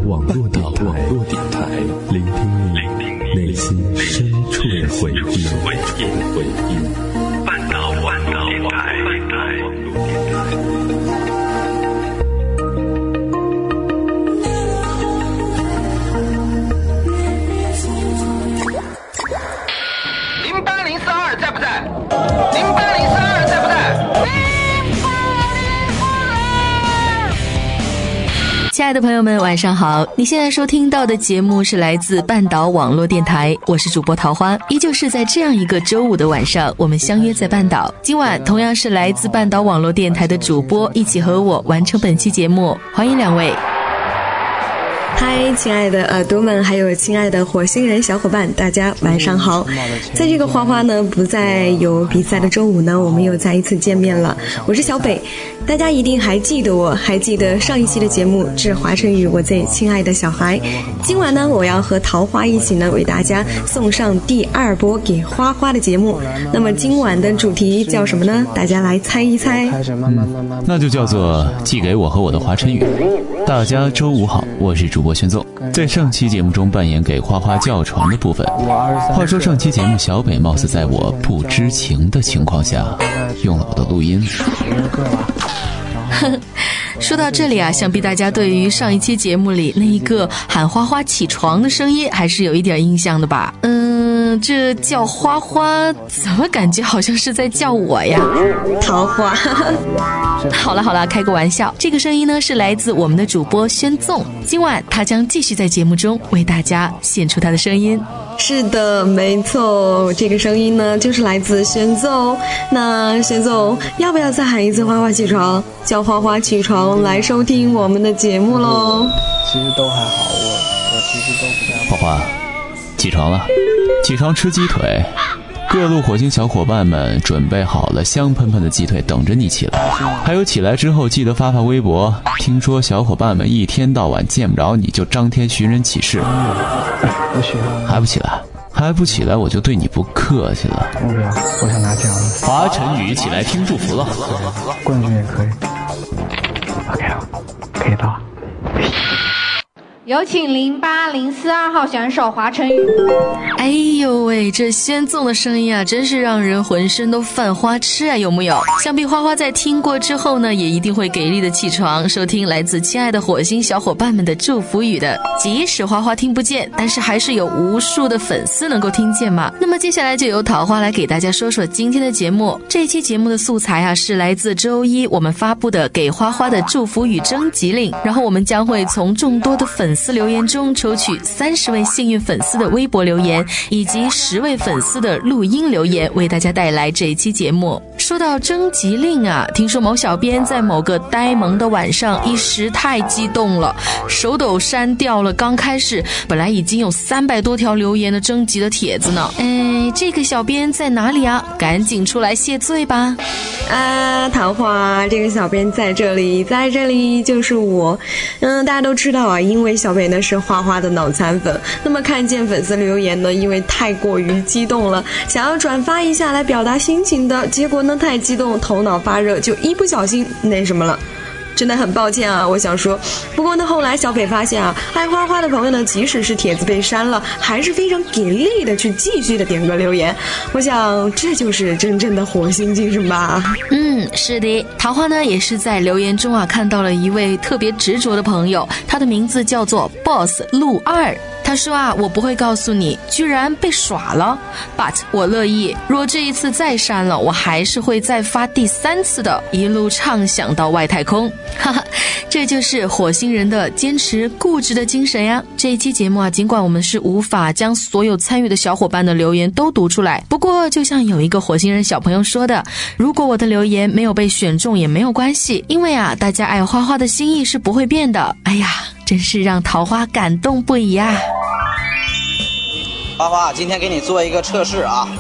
网络电台，聆听你内心深处的回忆。半岛电台。 0804在不在？0804在不在？ 亲爱的朋友们，晚上好！你现在收听到的节目是来自半岛网络电台，我是主播桃花，依旧是在这样一个周五的晚上，我们相约在半岛。今晚同样是来自半岛网络电台的主播一起和我完成本期节目，欢迎两位。 嗨，亲爱的耳朵们，还有亲爱的火星人小伙伴，大家晚上好。在这个花花呢不再有比赛的周五呢，我们又再一次见面了。我是小北，大家一定还记得我，还记得上一期的节目《致华晨宇我最亲爱的小孩》。今晚呢，我要和桃花一起呢，为大家送上第二波给花花的节目。那么今晚的主题叫什么呢？大家来猜一猜。 那就叫做寄给我和我的华晨宇。大家周五好，我是主播玄奏。在上期节目中扮演给花花叫床的部分。话说上期节目小北貌似在我不知情的情况下用了我的录音。 说到这里啊，想必大家对于上一期节目里那一个喊花花起床的声音还是有一点印象的吧？这叫花花，怎么感觉好像是在叫我呀？ 桃花。 好了，开个玩笑。这个声音呢是来自我们的主播宣纵，今晚他将继续在节目中为大家献出他的声音。 是的，没错，这个声音呢就是来自宣纵。那宣纵要不要再喊一次花花起床，叫花花起床来收听我们的节目咯？ 其实都还好，我其实都不太好。 花花起床了，起床吃鸡腿。各路火星小伙伴们准备好了香喷喷的鸡腿等着你起来，还有起来之后记得发微博。听说小伙伴们一天到晚见不着你就张天寻人启事，还不起来我就对你不客气了。 我不要，我想拿奖了。 华晨宇起来听祝福了， 冠军也可以。OK 了，可以到。 有请0804号选手华晨宇。 哎呦喂，这宣纵的声音啊，真是让人浑身都犯花痴啊，有木有？想必花花在听过之后呢，也一定会给力的起床，收听来自亲爱的火星小伙伴们的祝福语的。即使花花听不见，但是还是有无数的粉丝能够听见嘛。那么接下来就由桃花来给大家说说今天的节目。这一期节目的素材啊，是来自周一我们发布的给花花的祝福语征集令，然后我们将会从众多的粉丝留言中抽取30位幸运粉丝的微博留言，以及10位粉丝的录音留言，为大家带来这一期节目。说到征集令啊，听说某小编在某个呆萌的晚上一时太激动了，手抖删掉了刚开始本来已经有300多条留言的征集的帖子呢。这个小编在哪里啊？赶紧出来谢罪吧。 桃花，这个小编在这里就是我。大家都知道啊，因为小北呢是花花的脑残粉，那么看见粉丝留言呢，因为太过于激动了，想要转发一下来表达心情的，结果呢太激动，头脑发热，就一不小心那什么了。真的很抱歉啊，我想说。不过呢，后来小北发现啊，爱花花的朋友呢，即使是帖子被删了，还是非常给力的去继续的点歌留言。我想这就是真正的火星精神吧。 是的，桃花呢也是在留言中啊看到了一位特别执着的朋友，他的名字叫做 Boss 陆2。他说啊，我不会告诉你居然被耍了 ，but 我乐意。若这一次再删了，我还是会再发第3次的，一路畅想到外太空。哈哈，这就是火星人的坚持固执的精神呀。这一期节目啊，尽管我们是无法将所有参与的小伙伴的留言都读出来，不过就像有一个火星人小朋友说的，如果我的留言没有被选中也没有关系，因为啊，大家爱花花的心意是不会变的。哎呀，真是让桃花感动不已啊。 花花，今天给你做一个测试啊。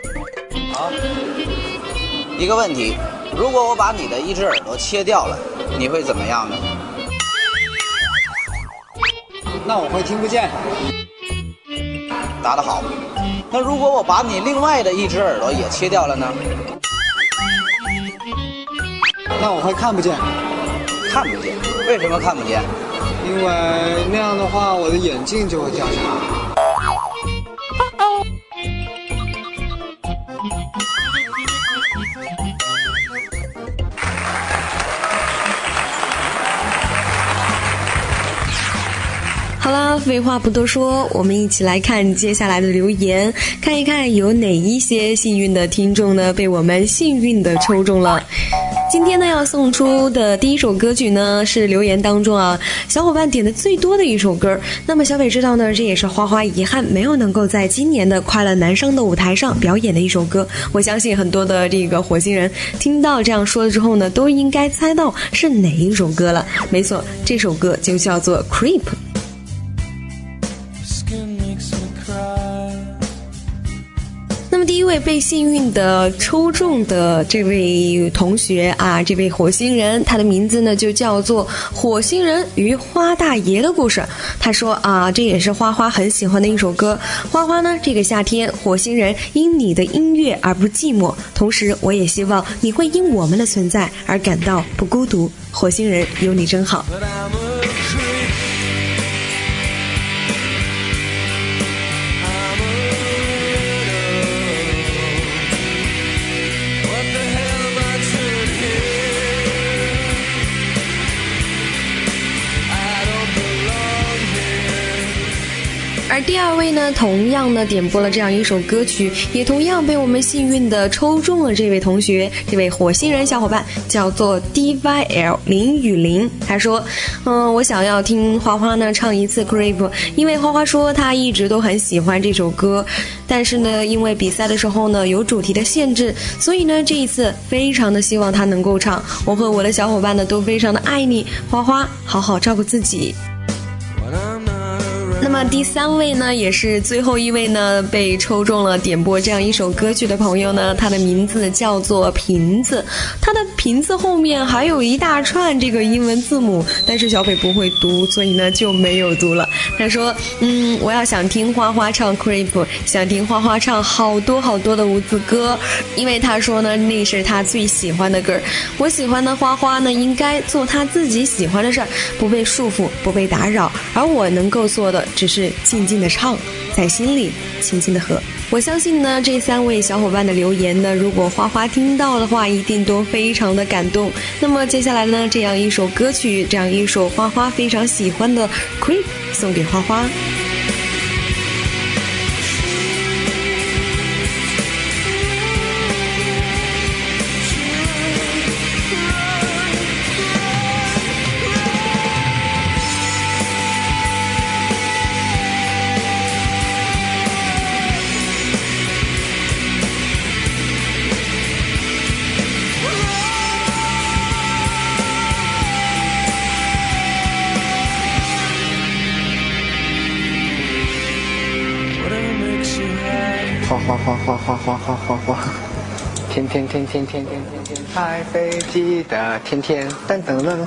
一个问题，如果我把你的一只耳朵切掉了，你会怎么样呢？ 那我会听不见。 答得好。那如果我把你另外的一只耳朵也切掉了呢？ 那我会看不见。 看不见？为什么看不见？ 因为那样的话我的眼镜就会掉下来。 好啦，废话不多说，我们一起来看接下来的留言，看一看有哪一些幸运的听众呢被我们幸运的抽中了。今天呢要送出的第一首歌曲呢是留言当中小伙伴点的最多的一首歌。那么小北知道呢，这也是花花遗憾没有能够在今年的快乐男声的舞台上表演的一首歌。我相信很多的这个火星人听到这样说了之后呢，都应该猜到是哪一首歌了。没错，这首歌就叫做 Creep。那么第一位被幸运的抽中的这位同学这位火星人，他的名字呢就叫做火星人与花大爷的故事。他说这也是花花很喜欢的一首歌。花花呢，这个夏天，火星人因你的音乐而不寂寞，同时我也希望你会因我们的存在而感到不孤独。火星人有你真好。而第二位呢，同样呢点播了这样一首歌曲，也同样被我们幸运的抽中了这位同学，这位火星人小伙伴叫做 DYL 林雨林。他说我想要听花花呢唱一次 Creep， 因为花花说他一直都很喜欢这首歌，但是呢因为比赛的时候呢有主题的限制，所以呢这一次非常的希望他能够唱。我和我的小伙伴呢都非常的爱你，花花好好照顾自己。那么第三位呢，也是最后一位呢被抽中了点播这样一首歌曲的朋友呢，他的名字叫做瓶子。他的瓶子后面还有一大串这个英文字母，但是小北不会读，所以呢就没有读了。他说我要想听花花唱 Creep， 想听花花唱好多好多的无字歌，因为他说呢那是他最喜欢的歌。我喜欢的花花呢应该做他自己喜欢的事儿，不被束缚，不被打扰，而我能够做的只是静静的唱，在心里轻轻的和。我相信呢这三位小伙伴的留言呢，如果花花听到的话，一定都非常的感动。那么接下来呢，这样一首歌曲，这样一首花花非常喜欢的 Creep 送给花花。 花，天，开飞机的天，噔噔噔，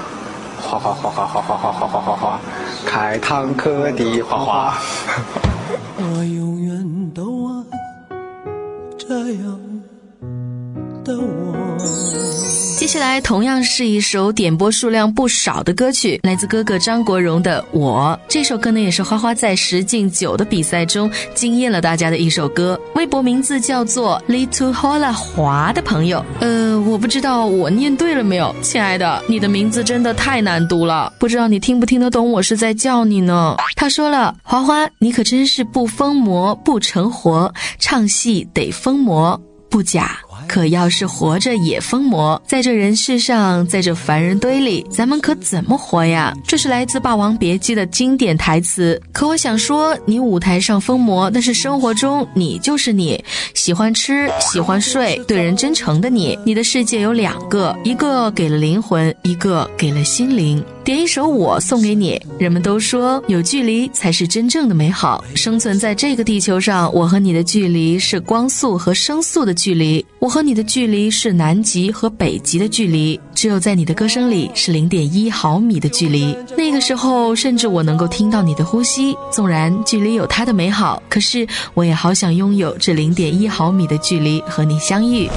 花，开坦克的花。 我永远都爱这样的我。 接下来同样是一首点播数量不少的歌曲，来自哥哥张国荣的《我》。这首歌呢也是花花在10进9的比赛中惊艳了大家的一首歌。微博名字叫做 Little Hola 华的朋友，我不知道我念对了没有。亲爱的，你的名字真的太难读了，不知道你听不听得懂我是在叫你呢。他说了，花花你可真是不疯魔不成活，唱戏得疯魔不假，可要是活着也疯魔，在这人世上，在这凡人堆里，咱们可怎么活呀？这是来自《霸王别姬》的经典台词。可我想说，你舞台上疯魔，但是生活中你就是你，喜欢吃，喜欢睡，对人真诚的你。你的世界有2个，一个给了灵魂，一个给了心灵。点一首《我》送给你。人们都说有距离才是真正的美好，生存在这个地球上，我和你的距离是光速和声速的距离，我和你的距离是南极和北极的距离，只有在你的歌声里是0.1毫米的距离。那个时候甚至我能够听到你的呼吸，纵然距离有它的美好，可是我也好想拥有这0.1毫米的距离和你相遇。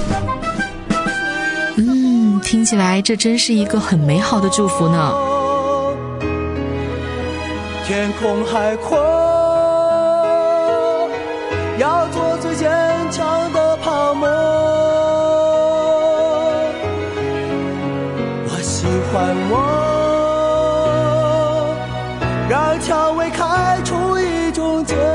听起来这真是一个很美好的祝福呢。 天空海阔，要做最坚强的泡沫。我喜欢我，让蔷薇开出一种结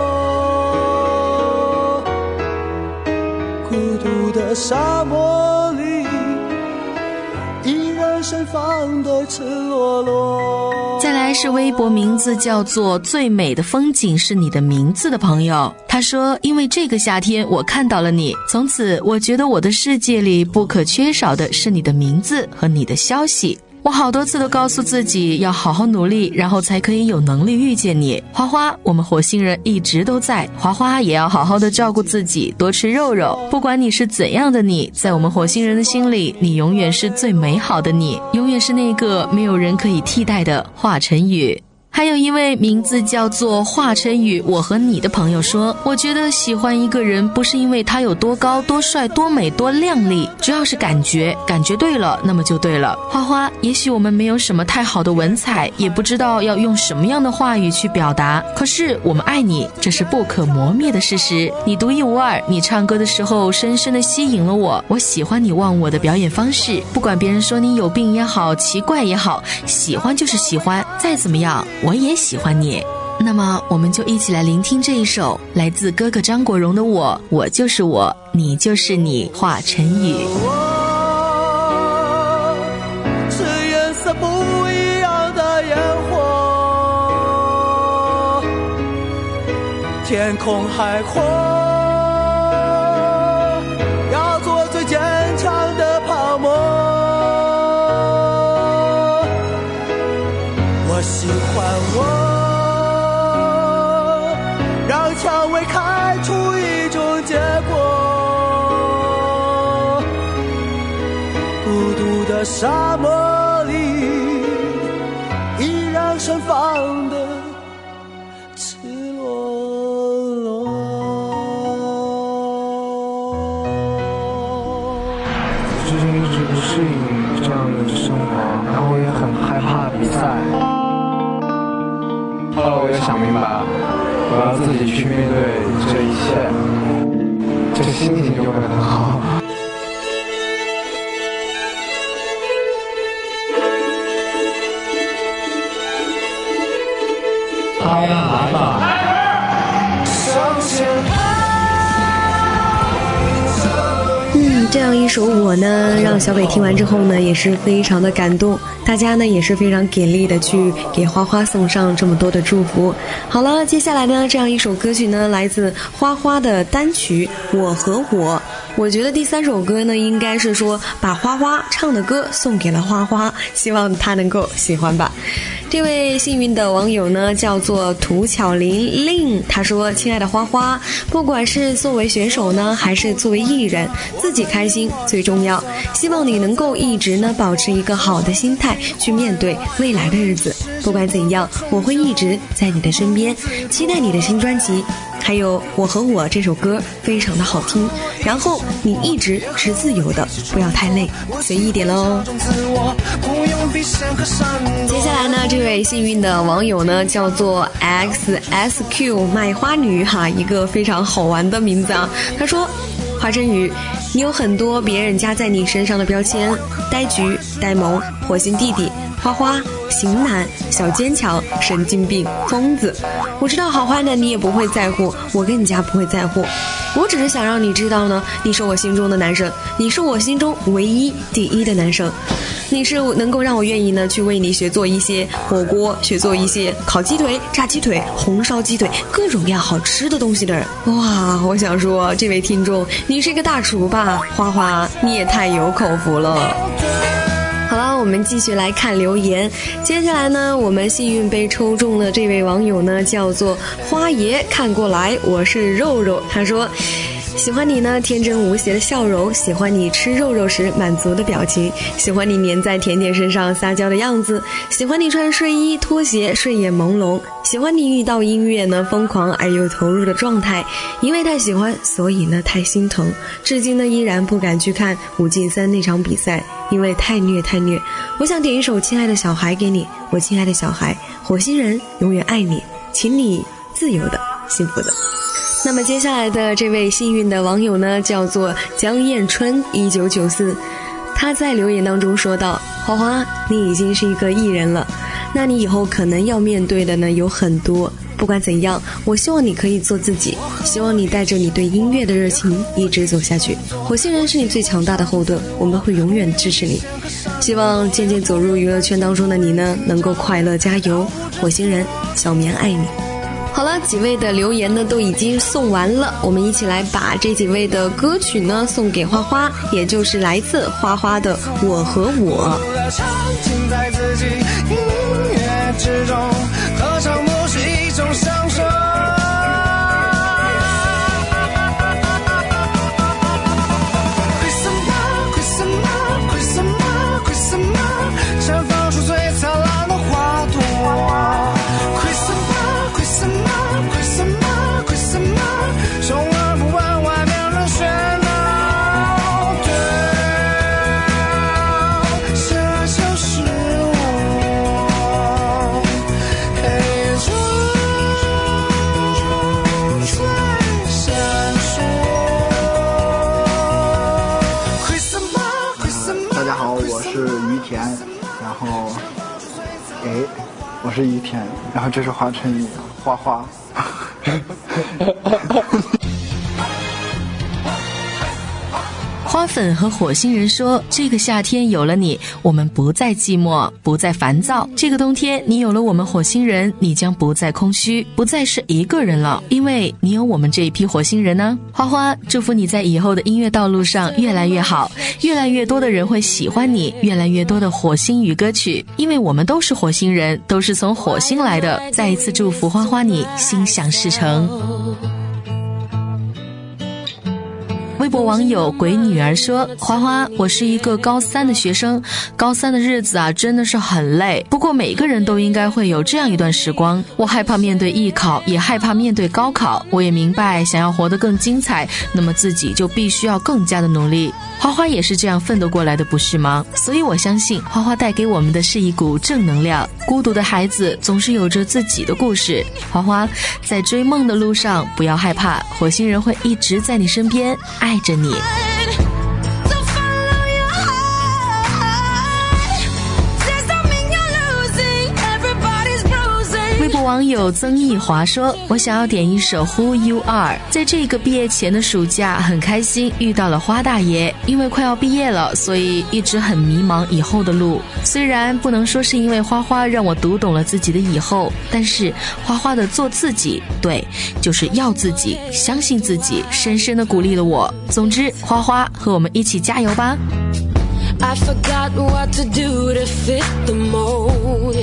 果。孤独的沙漠里，依然盛放的赤裸裸。 再来是微博名字叫做最美的风景是你的名字的朋友，他说因为这个夏天我看到了你，从此我觉得我的世界里不可缺少的是你的名字和你的消息。我好多次都告诉自己要好好努力，然后才可以有能力遇见你。花花，我们火星人一直都在，花花也要好好的照顾自己，多吃肉肉。不管你是怎样的你，在我们火星人的心里，你永远是最美好的你，永远是那个没有人可以替代的华晨宇。还有一位名字叫做华晨宇我和你的朋友说，我觉得喜欢一个人不是因为他有多高多帅多美多靓丽，只要是感觉对了，那么就对了。花花，也许我们没有什么太好的文采，也不知道要用什么样的话语去表达，可是我们爱你，这是不可磨灭的事实。你独一无二，你唱歌的时候深深地吸引了我，我喜欢你忘我的表演方式，不管别人说你有病也好，奇怪也好，喜欢就是喜欢，再怎么样我也喜欢你。那么我们就一起来聆听这一首来自哥哥张国荣的我就是我，你就是你，华晨宇。 我是颜色不一样的烟火，天空海阔，要做最坚强的泡沫。我喜欢我，让蔷薇开出一种结果。孤独的沙漠里，依然盛放的赤裸裸。 最近一直不适应这样的生活，然后也很害怕比赛。后来我也想明白了，我要自己去面对这一切，这心情就会很好。来吧，向前这样一首我呢，让小北听完之后呢，也是非常的感动。大家呢也是非常给力的去给花花送上这么多的祝福。好了，接下来呢，这样一首歌曲呢，来自花花的单曲《我和我》。我觉得第3首歌呢，应该是说把花花唱的歌送给了花花，希望他能够喜欢吧。这位幸运的网友呢，叫做涂巧玲令，他说：亲爱的花花，不管是作为选手呢，还是作为艺人，自己开心最重要，希望你能够一直呢保持一个好的心态去面对未来的日子。不管怎样，我会一直在你的身边，期待你的新专辑。还有我和我这首歌非常的好听，然后你一直是自由的，不要太累，随意一点喽。接下来呢，这位幸运的网友呢叫做 XSQ 卖花女哈，一个非常好玩的名字啊。他说：华晨宇，你有很多别人加在你身上的标签，呆橘、呆萌、火星弟弟、花花、型男、小坚强、神经病、疯子。我知道好坏呢你也不会在乎，我更加不会在乎。我只是想让你知道呢，你是我心中的男生，你是我心中唯一第一的男生。你是能够让我愿意呢去为你学做一些火锅，学做一些烤鸡腿、炸鸡腿、红烧鸡腿，各种各样好吃的东西的人。哇，我想说这位听众，你是一个大厨吧？花花，你也太有口福了。好了，我们继续来看留言。接下来呢，我们幸运被抽中的这位网友呢，叫做花爷看过来，我是肉肉。他说： 喜欢你呢天真无邪的笑容，喜欢你吃肉肉时满足的表情，喜欢你黏在甜甜身上撒娇的样子，喜欢你穿睡衣拖鞋睡眼朦胧，喜欢你遇到音乐呢疯狂而又投入的状态。因为太喜欢，所以呢太心疼，至今呢依然不敢去看5进3那场比赛，因为太虐太虐。我想点一首亲爱的小孩给你，我亲爱的小孩，火星人永远爱你，请你自由的幸福的。那么接下来的这位幸运的网友呢，叫做江燕春1994，他在留言当中说道：花花，你已经是一个艺人了，那你以后可能要面对的呢有很多，不管怎样，我希望你可以做自己，希望你带着你对音乐的热情一直走下去。火星人是你最强大的后盾，我们会永远支持你。希望渐渐走入娱乐圈当中的你呢，能够快乐加油。火星人，小棉爱你。好了，几位的留言呢都已经送完了，我们一起来把这几位的歌曲呢送给花花，也就是来自花花的《我和我》。 沉浸在自己音乐之中，合唱不是一种享受。绽放出最灿烂的花朵。充耳不闻外面人喧闹，对，这就是我，黑夜中最闪烁。 大家好，我是于田，然后，我是于田，然后这是华晨宇，花花。 花粉和火星人说，这个夏天有了你，我们不再寂寞，不再烦躁。这个冬天你有了我们火星人，你将不再空虚，不再是一个人了，因为你有我们这一批火星人呢。花花，祝福你在以后的音乐道路上越来越好，越来越多的人会喜欢你，越来越多的火星语歌曲，因为我们都是火星人，都是从火星来的。再一次祝福花花你心想事成。微博网友鬼女儿说，花花，我是一个高3的学生，高3的日子啊真的是很累，不过每个人都应该会有这样一段时光，我害怕面对艺考，也害怕面对高考，我也明白想要活得更精彩，那么自己就必须要更加的努力。花花也是这样奋斗过来的，不是吗？所以我相信花花带给我们的是一股正能量，孤独的孩子总是有着自己的故事。花花，在追梦的路上不要害怕，火星人会一直在你身边爱着你。微博网友曾义华说，我想要点一首 Who You Are。 在这个毕业前的暑假，很开心遇到了花大爷，因为快要毕业了，所以一直很迷茫以后的路。虽然不能说是因为花花让我读懂了自己的以后，但是花花的做自己，对，就是要自己，相信自己，深深的鼓励了我。总之，花花和我们一起加油吧。 I forgot what to do to fit the mold.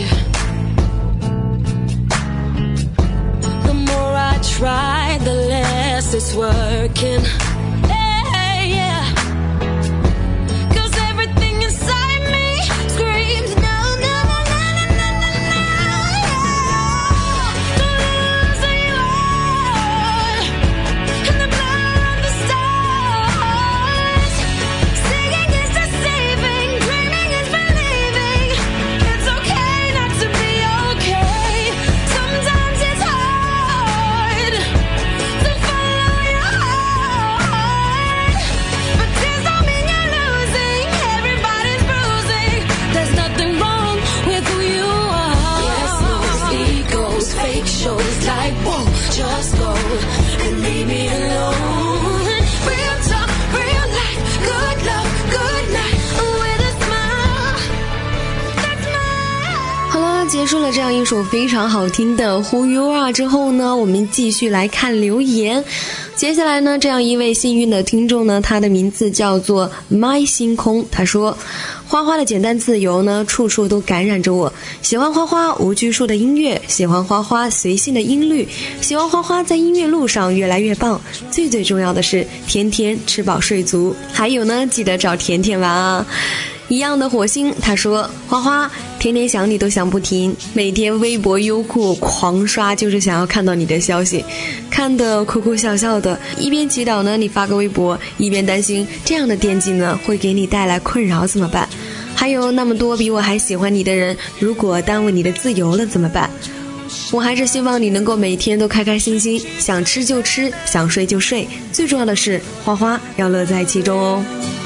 The more I try, the less it's working. Hey, yeah. 'Cause everything inside me screams no, no, no, no, no, no, no, yeah. The loser you are, and the blur of the stars. Singing is deceiving, dreaming is believing. It's okay not to be okay. Sometimes it's hard to follow your heart, but tears don't mean you're losing. Everybody's bruising. There's nothing wrong with who you are. Yes, no egos, fake shows like whoa, just go and leave me alone. Real talk, real life, good love, good night with a smile. That's my 好了，结束了这样一首非常好听的 Who You Are 之后呢，我们继续来看留言。接下来呢，这样一位幸运的听众呢，他的名字叫做 My 星空，他说， 花花的简单自由呢，处处都感染着我。喜欢花花无拘束的音乐，喜欢花花随性的音律，喜欢花花在音乐路上越来越棒。最重要的是，天天吃饱睡足。还有呢，记得找甜甜玩啊。一样的火星，他说：花花，天天想你都想不停，每天微博优酷狂刷，就是想要看到你的消息，看得哭哭笑笑的，一边祈祷呢你发个微博，一边担心这样的惦记呢会给你带来困扰怎么办？还有那么多比我还喜欢你的人，如果耽误你的自由了怎么办？我还是希望你能够每天都开开心心，想吃就吃，想睡就睡，最重要的是花花要乐在其中哦。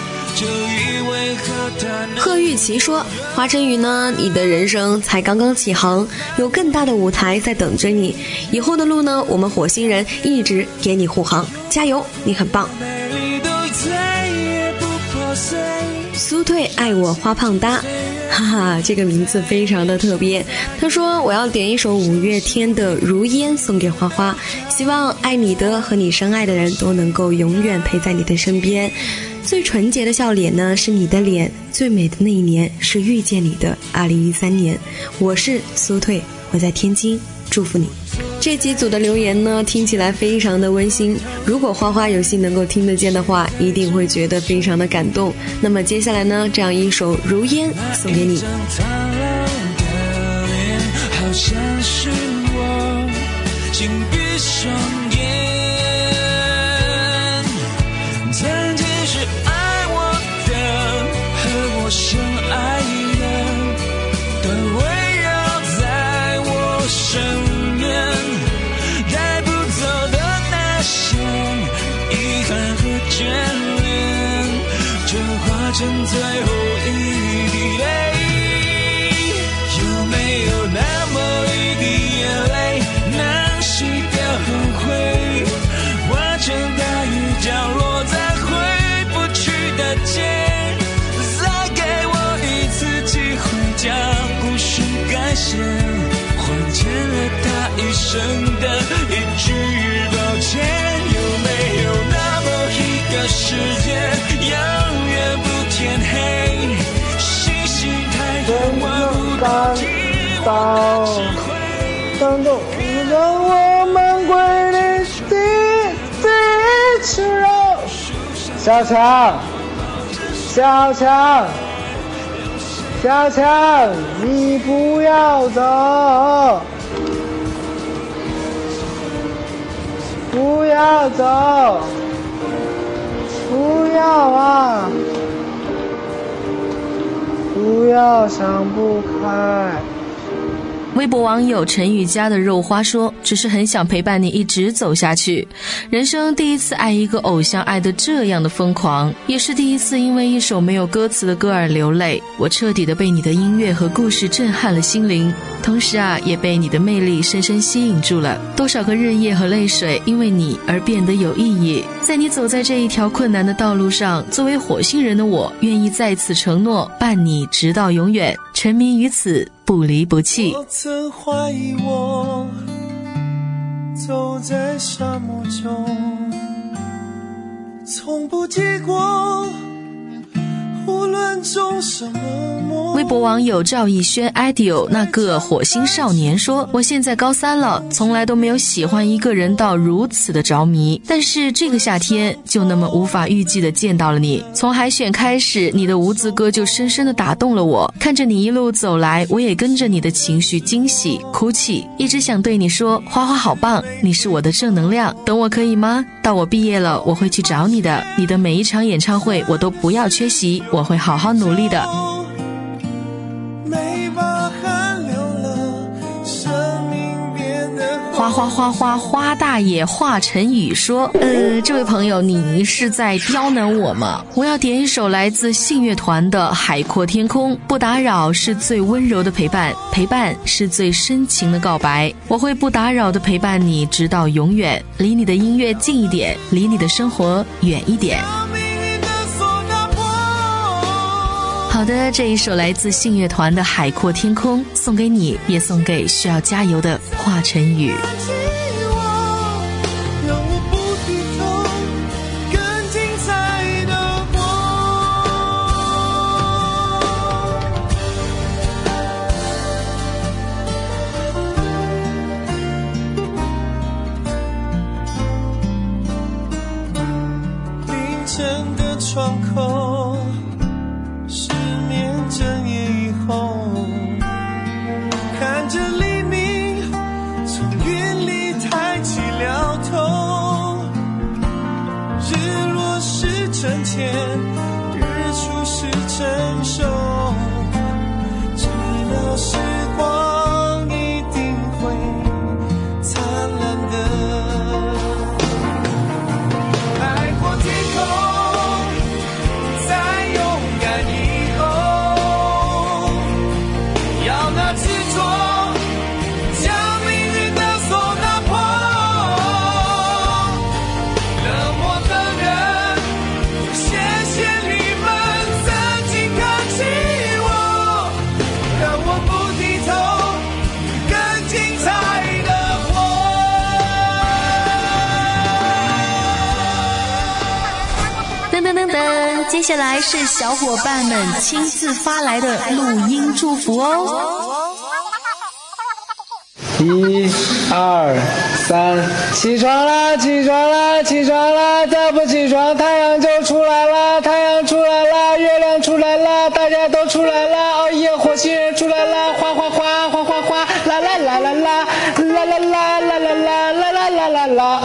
贺玉琪说，华晨宇呢，你的人生才刚刚起航，有更大的舞台在等着你，以后的路呢，我们火星人一直给你护航，加油，你很棒。苏退爱我花胖哒，哈哈，这个名字非常的特别。他说我要点一首五月天的如烟送给花花，希望爱你的和你深爱的人都能够永远陪在你的身边。最纯洁的笑脸呢是你的脸，最美的那一年是遇见你的2013年。我是苏退，我在天津，祝福你。这几组的留言呢听起来非常的温馨，如果花花有幸能够听得见的话，一定会觉得非常的感动。那么接下来呢，这样一首如烟送给你。好像是我，请闭上眼，曾经是爱我的和我深爱的都围绕在我身边，带不走的那些遗憾和眷恋，就化成最后一滴泪。有没有那么一滴眼泪能洗掉后悔，化成大雨降落在回不去的街，再给我一次机会将故事改写，还欠了他一生的一句抱歉。有没有那么一个世界永远不天黑，星星太多望不到天光的智慧，当动让我们归零第一次肉。小强，小强，小强，你不要走，不要走，不要啊，不要想不开。 微博网友陈宇家的肉花说，只是很想陪伴你一直走下去，人生第一次爱一个偶像爱得这样的疯狂，也是第一次因为一首没有歌词的歌而流泪。我彻底的被你的音乐和故事震撼了心灵，同时也被你的魅力深深吸引住了。多少个日夜和泪水因为你而变得有意义。在你走在这一条困难的道路上，作为火星人的我愿意再次承诺伴你直到永远，沉迷于此，不离不弃。 我曾怀疑我走在沙漠中，从不结果，无论种什么梦。 微博网友赵逸轩 IDEO 那个火星少年说，我现在高3了，从来都没有喜欢一个人到如此的着迷，但是这个夏天就那么无法预计的见到了你。从海选开始，你的无字歌就深深的打动了我，看着你一路走来，我也跟着你的情绪惊喜哭泣，一直想对你说，花花好棒，你是我的正能量，等我可以吗？到我毕业了，我会去找你的，你的每一场演唱会我都不要缺席，我会好好努力的。花花花花花大爷华晨宇说，这位朋友，你是在刁难我吗？我要点一首来自信乐团的《海阔天空》，不打扰是最温柔的陪伴，陪伴是最深情的告白，我会不打扰的陪伴你直到永远，离你的音乐近一点，离你的生活远一点。好的，这一首来自信乐团的《海阔天空》送给你，也送给需要加油的华晨宇。 接下来是小伙伴们亲自发来的录音祝福哦。 1、2、3，起床啦！起床啦！起床啦！再不起床，太阳就出来啦！太阳出来啦！月亮出来啦！大家都出来啦！哦耶！火星人出来啦！哗哗哗，哗哗哗，啦啦啦啦啦，啦啦啦啦啦啦啦啦啦啦啦。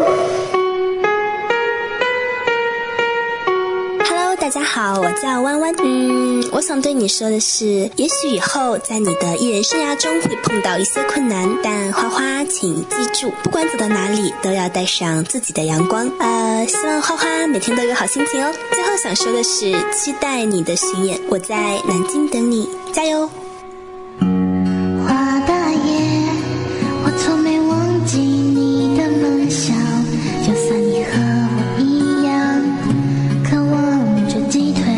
大家好，我叫弯弯。我想对你说的是，也许以后在你的艺人生涯中会碰到一些困难，但花花请记住，不管走到哪里都要带上自己的阳光。希望花花每天都有好心情哦。最后想说的是，期待你的巡演，我在南京等你，加油。 花大爷，我从没忘记你的梦想，就算你和我一样渴望着鸡腿。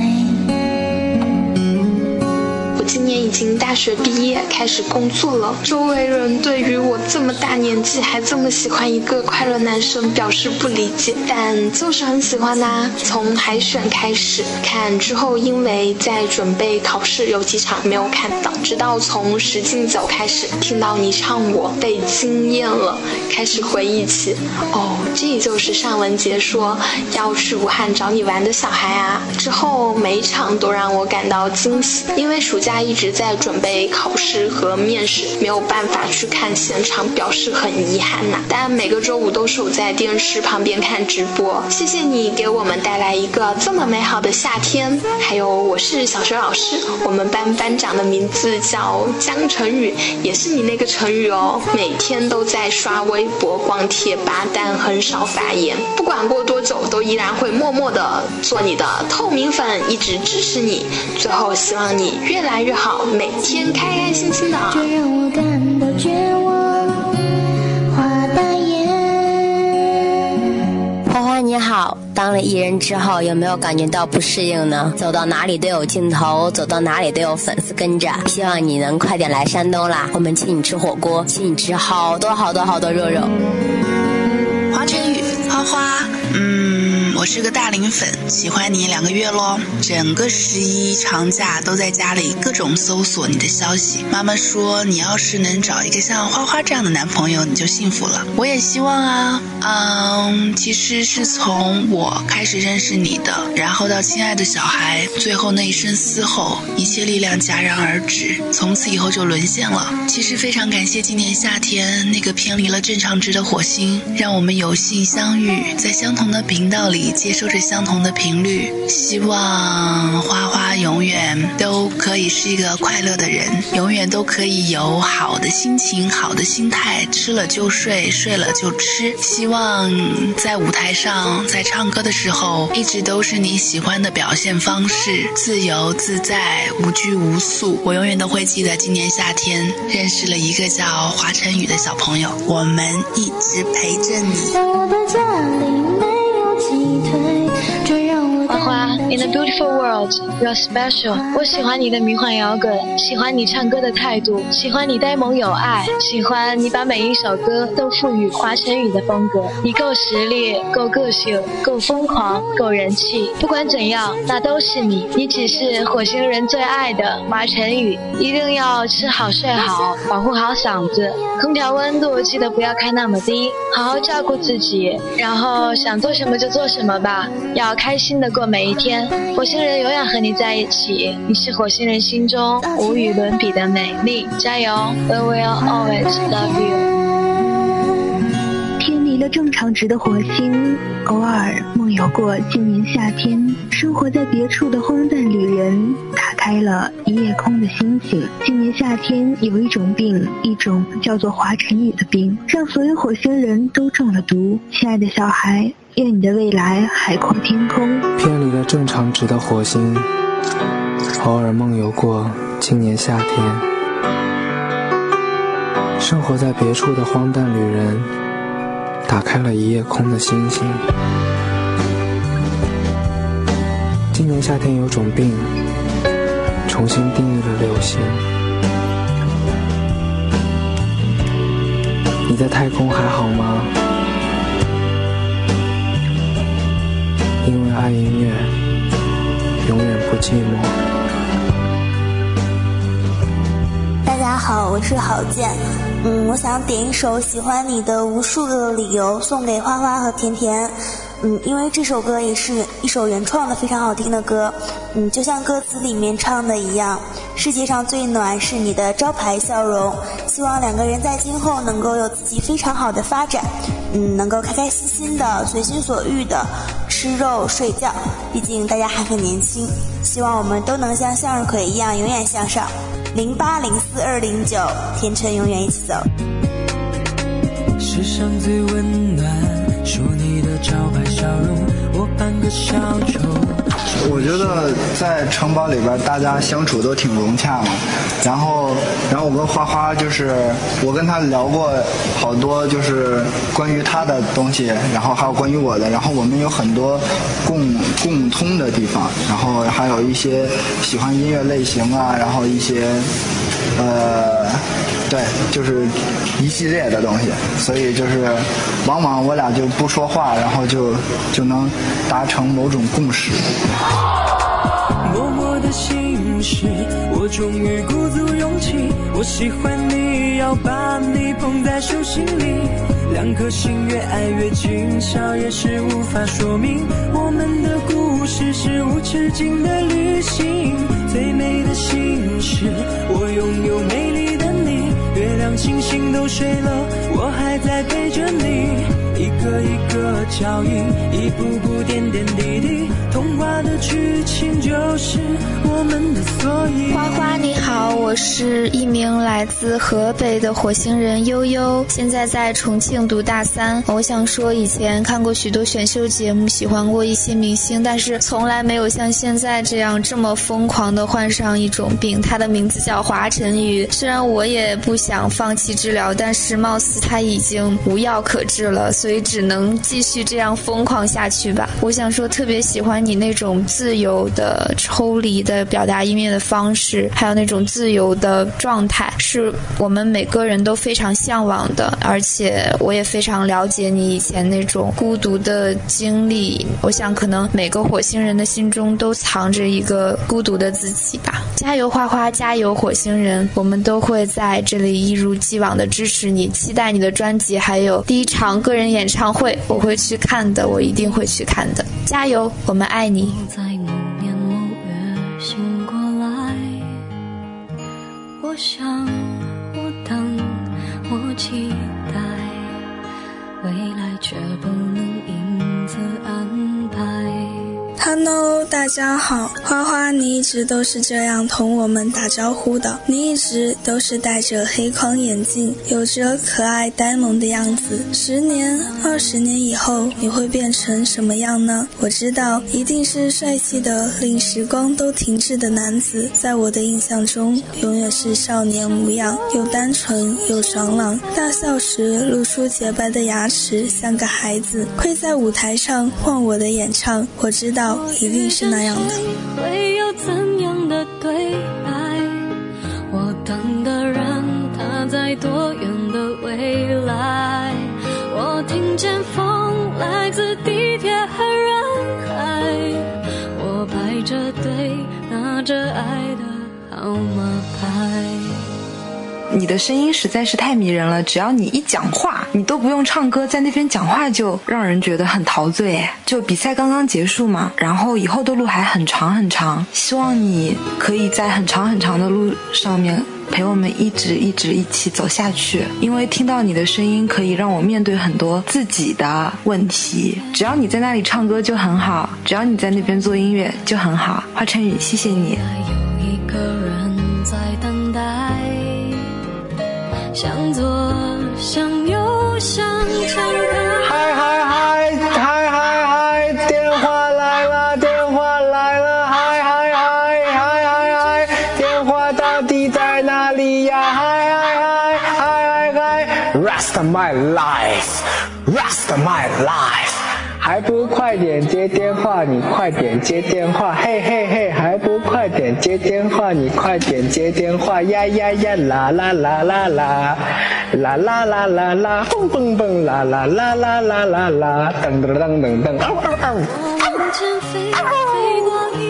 我今年已经大学毕业，开始工作了。周围人对于我这么大年纪还这么喜欢一个快乐男生表示不理解，但就是很喜欢呐。从海选开始看，之后因为在准备考试，有几场没有看到，直到从使劲走开始听到你唱我，被惊艳了，开始回忆起，这就是尚雯婕说要去武汉找你玩的小孩啊。之后每一场都让我感到惊喜，因为暑假一直在准备考试和面试，没有办法去看现场，表示很遗憾呐。但每个周五都守在电视旁边看直播，谢谢你给我们带来一个这么美好的夏天。还有，我是小学老师，我们班班长的名字叫江成宇，也是你那个成语哦。每天都在刷微博、逛贴吧，但很少发言。不管过多久，都依然会默默的做你的透明粉，一直支持你。最后，希望你越来越好，每天开开心心的。 这让我感到绝望，花大爷。 花花你好，当了艺人之后有没有感觉到不适应呢？走到哪里都有镜头，走到哪里都有粉丝跟着。希望你能快点来山东啦，我们请你吃火锅，请你吃好多好多好多肉肉。 华晨宇，花花，我是个大龄粉，喜欢你2个月咯。整个11长假都在家里各种搜索你的消息。妈妈说你要是能找一个像花花这样的男朋友，你就幸福了。我也希望啊。其实是从我开始认识你的，然后到亲爱的小孩，最后那一声嘶吼，一切力量戛然而止，从此以后就沦陷了。其实非常感谢今年夏天那个偏离了正常值的火星，让我们有幸相遇，在相同的频道里接受着相同的频率。希望花花永远都可以是一个快乐的人，永远都可以有好的心情、好的心态，吃了就睡，睡了就吃。希望在舞台上，在唱歌的时候，一直都是你喜欢的表现方式，自由自在，无拘无束。我永远都会记得今年夏天认识了一个叫华晨宇的小朋友，我们一直陪着你。 在我的家里没有鸡腿，这让我花花 In a beautiful world, you're special。 我喜欢你的迷幻摇滚，喜欢你唱歌的态度，喜欢你呆萌有爱，喜欢你把每一首歌都赋予华晨宇的风格。你够实力，够个性，够疯狂，够人气，不管怎样，那都是你。你只是火星人最爱的华晨宇。一定要吃好睡好，保护好嗓子，空调温度记得不要开那么低，好好照顾自己，然后想做什么就做什么吧，要开心的过每一天。火星人永远和你在一起，你是火星人心中无与伦比的美丽，加油 We will always love you。 偏离了正常值的火星，偶尔梦游过今年夏天，生活在别处的荒诞旅人，打开了一夜空的星星。今年夏天有一种病，一种叫做华晨宇的病，让所有火星人都中了毒。亲爱的小孩，愿你的未来海阔天空。 偏离了正常值的火星，偶尔梦游过今年夏天，生活在别处的荒诞旅人，打开了一夜空的星星。今年夏天有种病，重新定义了流星。你在太空还好吗？因为爱音乐， 永远不寂寞。 大家好，我是郝建。我想点一首喜欢你的无数个理由送给花花和甜甜。因为这首歌也是一首原创的非常好听的歌。就像歌词里面唱的一样，世界上最暖是你的招牌笑容。希望两个人在今后能够有自己非常好的发展，能够开开心心的随心所欲的吃肉睡觉，毕竟大家还很年轻。希望我们都能像向日葵一样永远向上。08042009，甜橙永远一起走。 世上最温暖说你的招牌笑容，我扮个小丑。 我觉得在城堡里边大家相处都挺融洽嘛，然后我跟花花就是我跟他聊过好多就是关于他的东西，然后还有关于我的，然后我们有很多共通的地方，然后还有一些喜欢音乐类型啊，然后一些对，就是一系列的东西，所以就是往往我俩就不说话，然后就能达成某种共识。 默默的心事，我终于鼓足勇气，我喜欢你，要把你捧在手心里，两颗心越爱越近，笑也是无法说明，我们的故事是无止境的旅行，最美的心事，我拥有美丽的你，月亮星星都睡了，我还在陪着你，一个一个脚印，一步步点点滴滴，童话的剧情就是我们的缩影。 花花你好，我是一名来自河北的火星人悠悠，现在在重庆读大3。我想说，以前看过许多选秀节目，喜欢过一些明星，但是从来没有像现在这样这么疯狂的患上一种病，它的名字叫华晨宇。虽然我也不想放弃治疗，但是貌似它已经无药可治了，所以只能继续这样疯狂下去吧。我想说，特别喜欢你那种自由的抽离的表达音乐的方式，还有那种自由的状态，是我们每个人都非常向往的。而且我也非常了解你以前那种孤独的经历，我想可能每个火星人的心中都藏着一个孤独的自己吧。加油花花，加油火星人，我们都会在这里一如既往的支持你，期待你的专辑，还有第一场个人演唱会，我会去看的，我一定会去看的。加油，我们爱你。 在某年某月醒过来，我想，我等，我期待，未来却不能因此安排。 Hello， 大家好，花花，你一直都是这样同我们打招呼的，你一直都是戴着黑框眼镜，有着可爱呆萌的样子。10年、20年以后，你会变成什么样呢？我知道，一定是帅气的，令时光都停滞的男子。在我的印象中，永远是少年模样，又单纯又爽朗，大笑时露出洁白的牙齿，像个孩子，会在舞台上换我的演唱。我知道一定是那样的。 会有怎样的对白？我等的人他在多远的未来？我听见风来自地铁和人海，我排着队拿着爱的号码牌。 你的声音实在是太迷人了，只要你一讲话，你都不用唱歌，在那边讲话就让人觉得很陶醉。就比赛刚刚结束嘛，然后以后的路还很长很长，希望你可以在很长很长的路上面陪我们一直一起走下去，因为听到你的声音可以让我面对很多自己的问题。只要你在那里唱歌就很好，只要你在那边做音乐就很好。华晨宇，谢谢你。 有一个人在等待，向左向右向前看。 嗨嗨嗨嗨嗨嗨，电话来了，电话来了，嗨嗨嗨嗨嗨嗨，电话到底在哪里呀？嗨嗨嗨嗨嗨嗨 ，Rest my life，Rest my life。还不快点接电话，你快点接电话，嘿嘿嘿，还不快点接电话，你快点接电话，呀呀呀，啦啦啦啦啦，啦啦啦啦啦，蹦蹦蹦，啦啦啦啦啦啦啦，噔噔噔噔噔，嗷嗷嗷。 我往前飞，飞过一片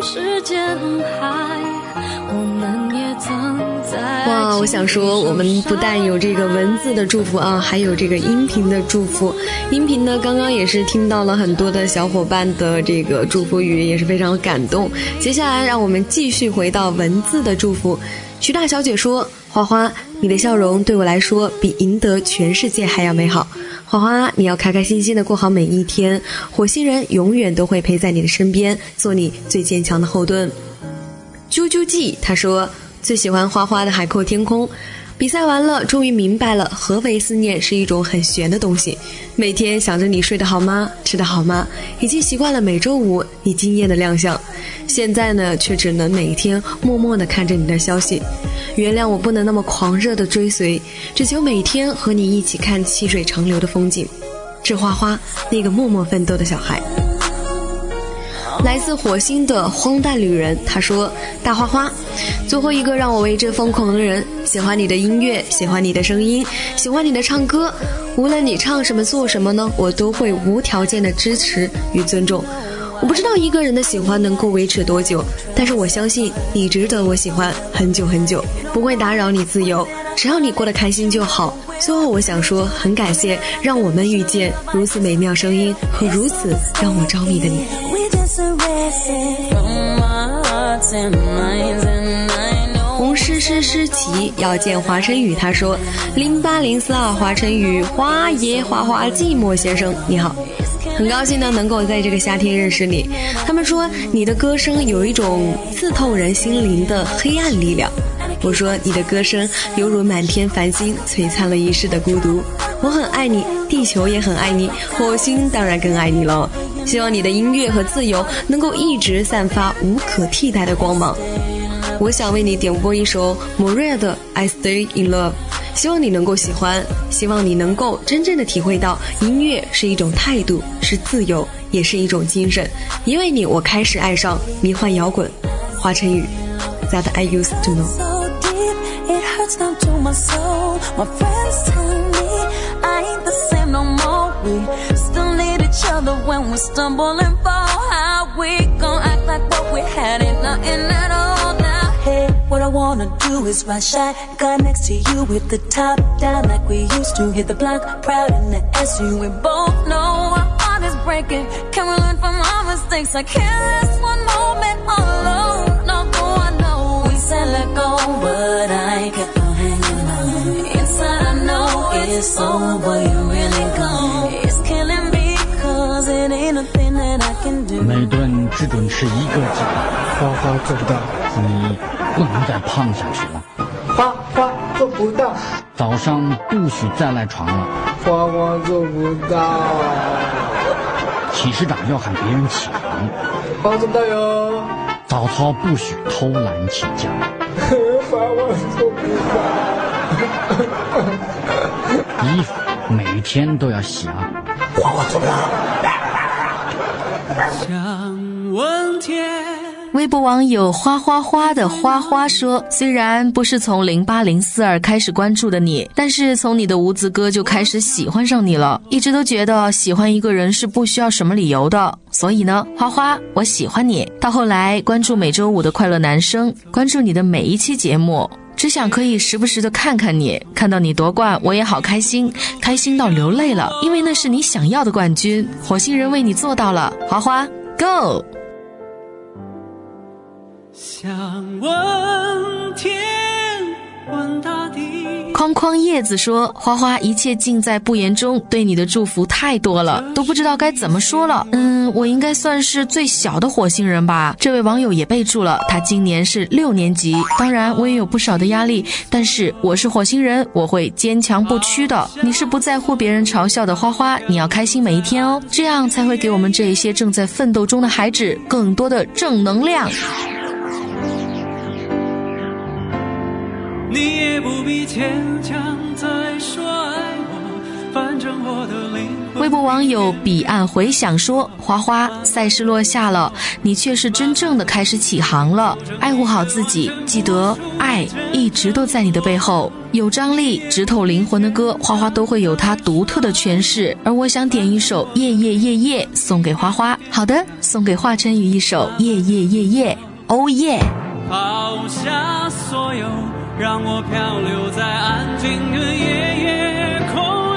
世间海，我们也曾在。 哇，我想说，我们不但有这个文字的祝福啊，还有这个音频的祝福。音频呢，刚刚也是听到了很多的小伙伴的这个祝福语，也是非常感动。接下来，让我们继续回到文字的祝福。徐大小姐说：“花花，你的笑容对我来说比赢得全世界还要美好。花花，你要开开心心的过好每一天，火星人永远都会陪在你的身边，做你最坚强的后盾。”啾啾记他说最喜欢花花的海阔天空。比赛完了，终于明白了何为思念是一种很玄的东西。每天想着你睡得好吗，吃得好吗，已经习惯了每周五你惊艳的亮相。现在呢，却只能每天默默地看着你的消息。原谅我不能那么狂热的追随，只求每天和你一起看细水长流的风景。致花花，那个默默奋斗的小孩。来自火星的荒诞旅人他说：大花花，最后一个让我为之疯狂的人，喜欢你的音乐，喜欢你的声音，喜欢你的唱歌，无论你唱什么做什么呢，我都会无条件的支持与尊重。我不知道一个人的喜欢能够维持多久，但是我相信你值得我喜欢很久很久，不会打扰你自由，只要你过得开心就好。最后我想说，很感谢让我们遇见如此美妙声音和如此让我着迷的你。红诗琪要见华晨宇，他说08042华晨宇，花爷花花寂寞先生你好，很高兴呢能够在这个夏天认识你。他们说你的歌声有一种刺透人心灵的黑暗力量，我说你的歌声犹如满天繁星，璀璨了一世的孤独。我很爱你，地球也很爱你，火星当然更爱你了。希望你的音乐和自由能够一直散发无可替代的光芒。我想为你点播一首 Maria 的 I Stay in Love， 希望你能够喜欢，希望你能够真正的体会到音乐是一种态度，是自由，也是一种精神。因为你，我开始爱上迷幻摇滚。华晨宇 That I used to know。 It hurts down to my soul. My friends tell me I ain't the same no more. We still need each other when we stumble and fall. How we gon' act like what we had ain't nothing at all now? Hey, what I wanna do is ride shotgun next to you with the top down like we used to. Hit the block proud in the SU. We both know our heart is breaking. Can we learn from our mistakes? I can't last one moment all alone. No, I know we said let go, but I kept on hanging on. Inside I know it's over, you really gone. It's killing me cause it ain't a thing that I can do. 每顿只准吃一个鸡， 花花做不到， 你不能再胖下去了。 花花做不到， 早上不许再赖床了。 花花做不到， 起司长要喊别人起床。 花花做不到哟。 早操不许偷懒起家。 花花做不到。 衣服每天都要洗啊。 花花做不到。 想问天。 微博网友花花花的花花说，虽然不是从08042开始关注的你，但是从你的无字歌就开始喜欢上你了，一直都觉得喜欢一个人是不需要什么理由的，所以呢，花花我喜欢你。到后来关注每周五的快乐男生，关注你的每一期节目，只想可以时不时的看看你，看到你夺冠我也好开心，开心到流泪了，因为那是你想要的冠军，火星人为你做到了。花花 Go。 想问天，问大地。 框框叶子说，花花一切尽在不言中，对你的祝福太多了，都不知道该怎么说了。我应该算是最小的火星人吧。这位网友也备注了，他今年是6年级。当然我也有不少的压力，但是我是火星人，我会坚强不屈的。你是不在乎别人嘲笑的花花，你要开心每一天哦，这样才会给我们这一些正在奋斗中的孩子更多的正能量。 你也不必牵强再说爱我， 反正我的灵魂。 微博网友彼岸回响说，花花，赛事落下了，你却是真正的开始起航了，爱护好自己，记得爱一直都在你的背后。有张力直透灵魂的歌，花花都会有它独特的诠释，而我想点一首夜夜夜夜送给花花。好的，送给华晨宇一首夜夜夜夜。Oh yeah， 抛下所有，让我漂流在安静的夜夜空里。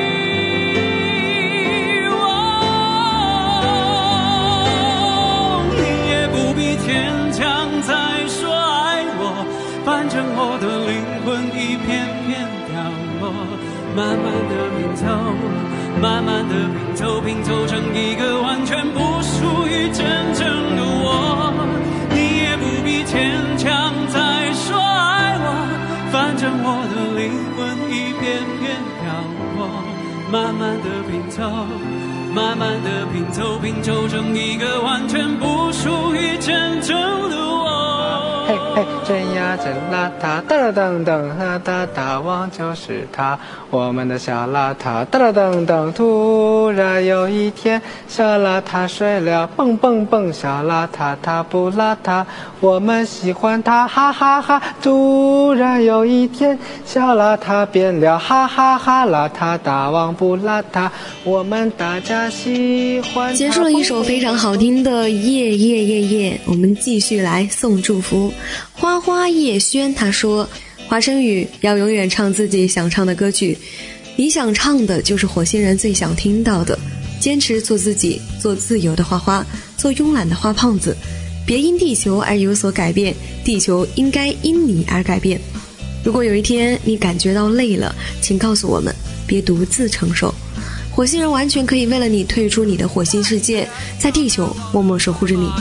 你也不必牵强再说爱我，反正我的灵魂一片片掉落，慢慢的拼凑，慢慢的拼凑，拼凑成一个完全不属于真正的我。你也不必牵强再说爱我，反正我的灵魂一片片掉落，慢慢的拼凑，慢慢的拼凑，拼凑成一个完全不属于真正的我。 嘿嘿，真呀真邋遢，噔噔噔，哒哒哒，我就是他，我们的小邋遢，噔噔噔。突然有一天，小邋遢睡了，蹦蹦蹦，小邋遢他不邋遢，我们喜欢他，哈哈哈。突然有一天，小邋遢变了，哈哈哈，邋遢大王不邋遢，我们大家喜欢他。 结束了一首非常好听的夜夜夜夜，我们继续来送祝福。花花叶轩他说，华晨宇要永远唱自己想唱的歌曲，你想唱的就是火星人最想听到的，坚持做自己，做自由的花花，做慵懒的花胖子，别因地球而有所改变，地球应该因你而改变。如果有一天你感觉到累了，请告诉我们，别独自承受，火星人完全可以为了你退出你的火星世界，在地球默默守护着你。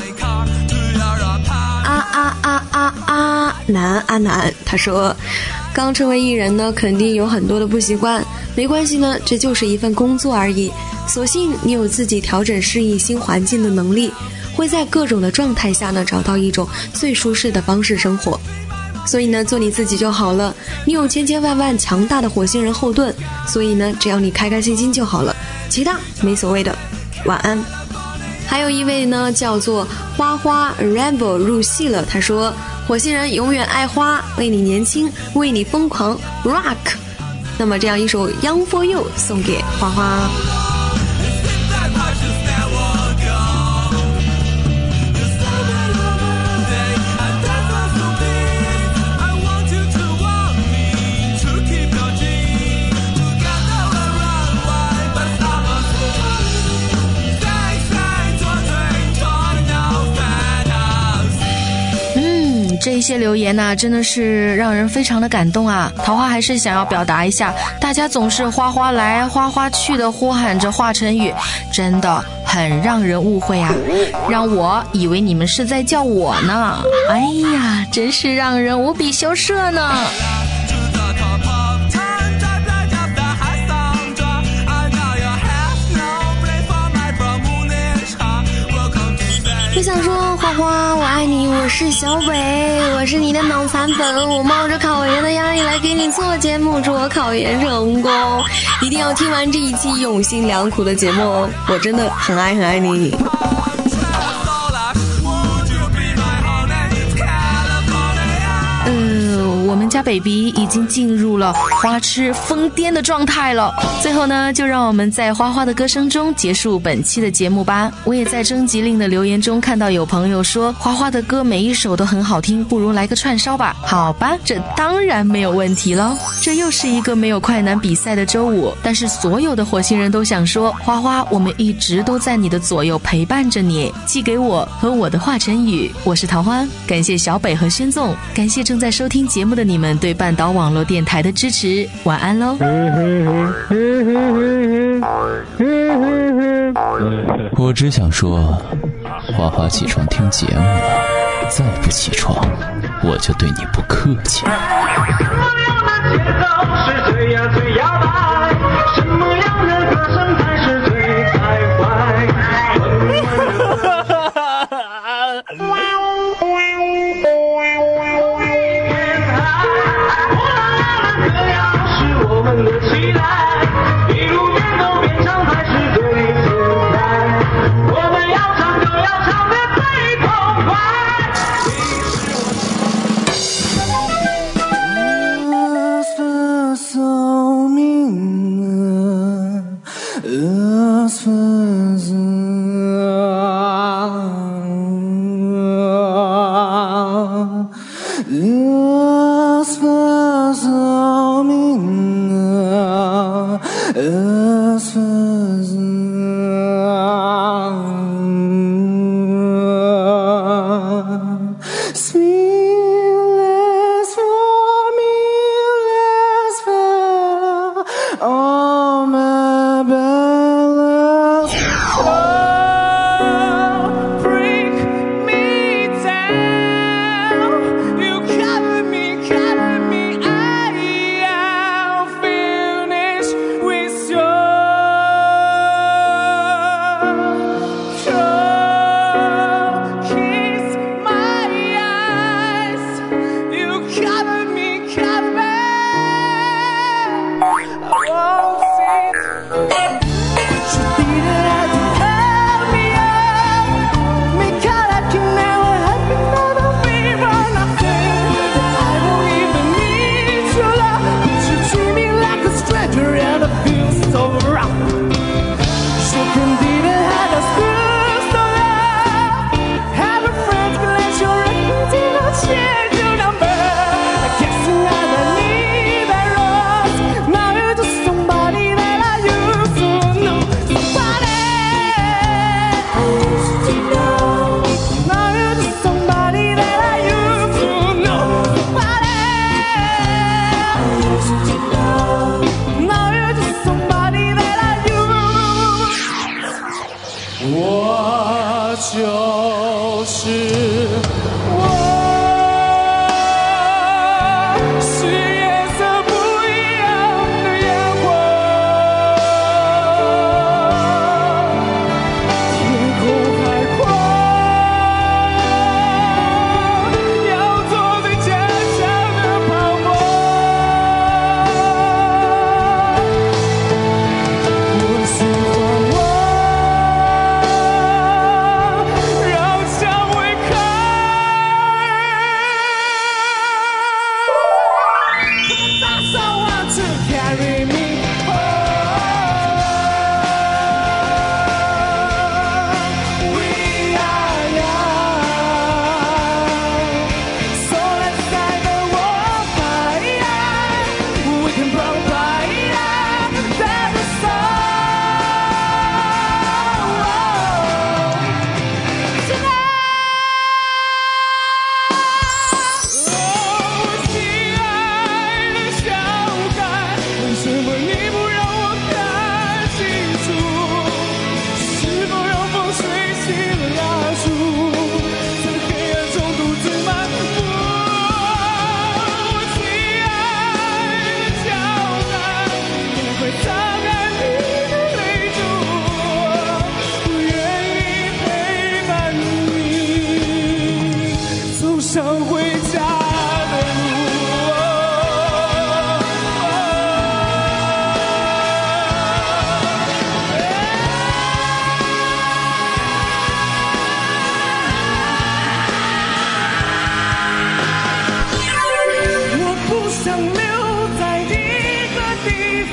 南阿南他说，刚成为艺人呢，肯定有很多的不习惯，没关系呢，这就是一份工作而已，所幸你有自己调整适应新环境的能力，会在各种的状态下呢，找到一种最舒适的方式生活，所以呢，做你自己就好了，你有千千万万强大的火星人后盾，所以呢，只要你开开心心就好了，其他没所谓的。晚安。还有一位呢，叫做花花 Rainbow 入戏了，他说，火星人永远爱花，为你年轻，为你疯狂 Rock。 那么这样一首 Young for You 送给花花。 这一些留言呢，真的是让人非常的感动啊！桃花还是想要表达一下，大家总是花花来花花去的呼喊着华晨宇，真的很让人误会啊，让我以为你们是在叫我呢。哎呀，真是让人无比羞涩呢。 我想说，花花我爱你，我是小北，我是你的脑残粉，我冒着考研的压力来给你做节目，祝我考研成功，一定要听完这一期用心良苦的节目哦，我真的很爱很爱你。 我们家 baby 已经进入了花痴疯癫的状态了。最后呢，就让我们在花花的歌声中结束本期的节目吧。我也在征集令的留言中看到有朋友说，花花的歌每一首都很好听，不如来个串烧吧。好吧，这当然没有问题了。这又是一个没有快男比赛的周五，但是所有的火星人都想说，花花，我们一直都在你的左右陪伴着你，寄给我和我的华晨宇。我是桃花，感谢小北和宣纵，感谢正在收听节目的你们对半岛网络电台的支持，晚安喽。 我只想说，花花起床听节目了，再不起床我就对你不客气。是最呀最摇摆，什么样的歌声才是最开怀？我们的期待。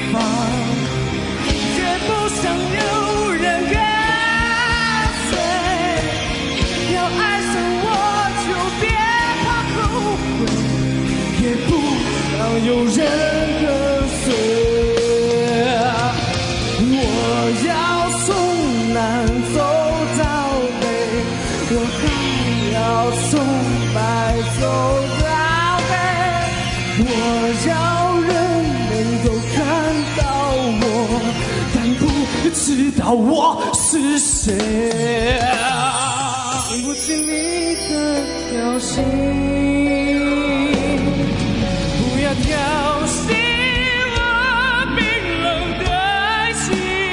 方，也不想有人跟随。要爱上我就别怕后悔，也不想有人跟随。我要从南走到北，我还要从白走到黑。我要人们都看到我，但不知道我是谁。听不清你的挑衅，不要挑衅我冰冷的爱情。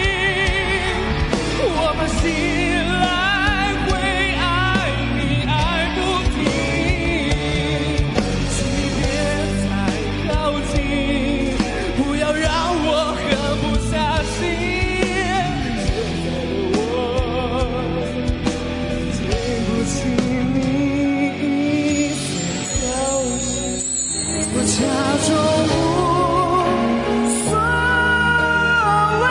我们醒来会爱你爱不停，请你别太靠近，不要让我狠不下心。现在的我听不清你挑衅，我假装无所谓。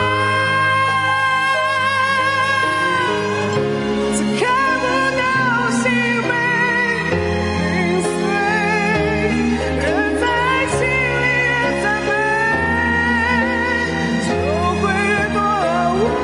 看不到心被零碎，人在爱情里越赞美，就会越多安慰。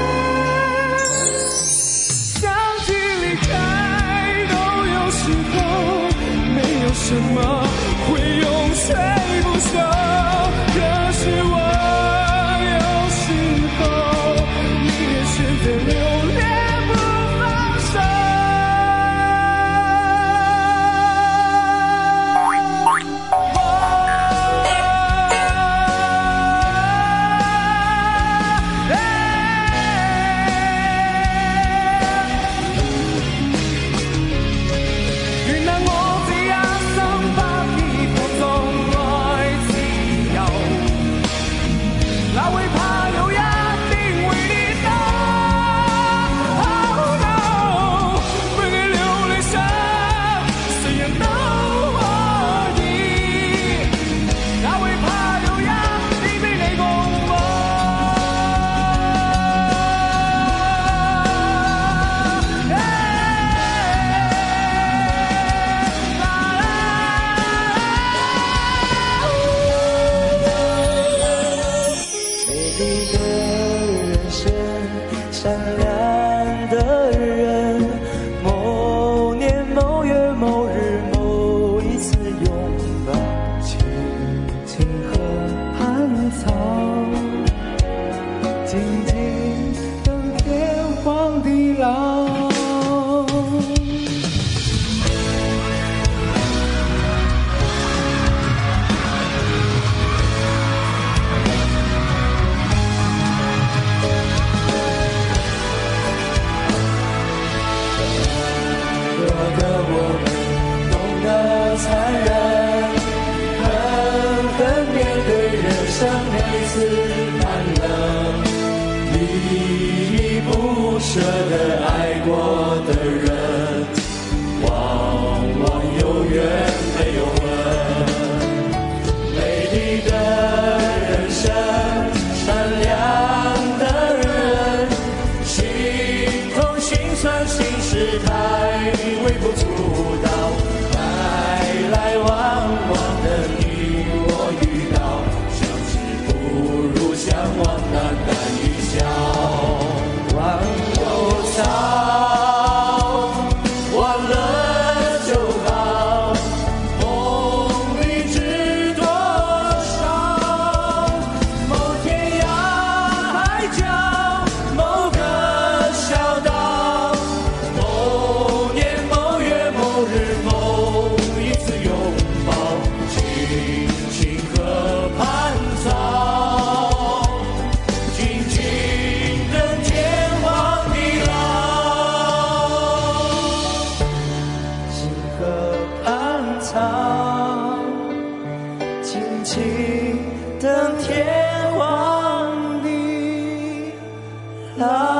想起离开都有时候，没有什么会永垂不朽。可是我有时候也选择留恋不放手。原諒我這一生不結果總愛自由，哪會怕有一天會跌倒。Oh no， 為你流淚傷，誰人都可以，哪會怕有一天比你共我。美丽的人生，善良的人，某年某月某日某一次拥抱，青青河畔草，静静等天荒地老。弱的我们懂得残忍，狠狠面对人生每次寒冷，依依不舍地爱过的人，往往有缘没有分。美丽的人生，善良的人，心痛心酸心事太微不足道，来来往往的你我遇到，相识不如相忘，淡淡一笑。忘忧草，忘了就好，梦里知多少。某天涯海角，某个小岛，某年某月某日某一次拥抱，轻轻河畔草，静静等天荒地老。轻河畔草，静静等天荒地老。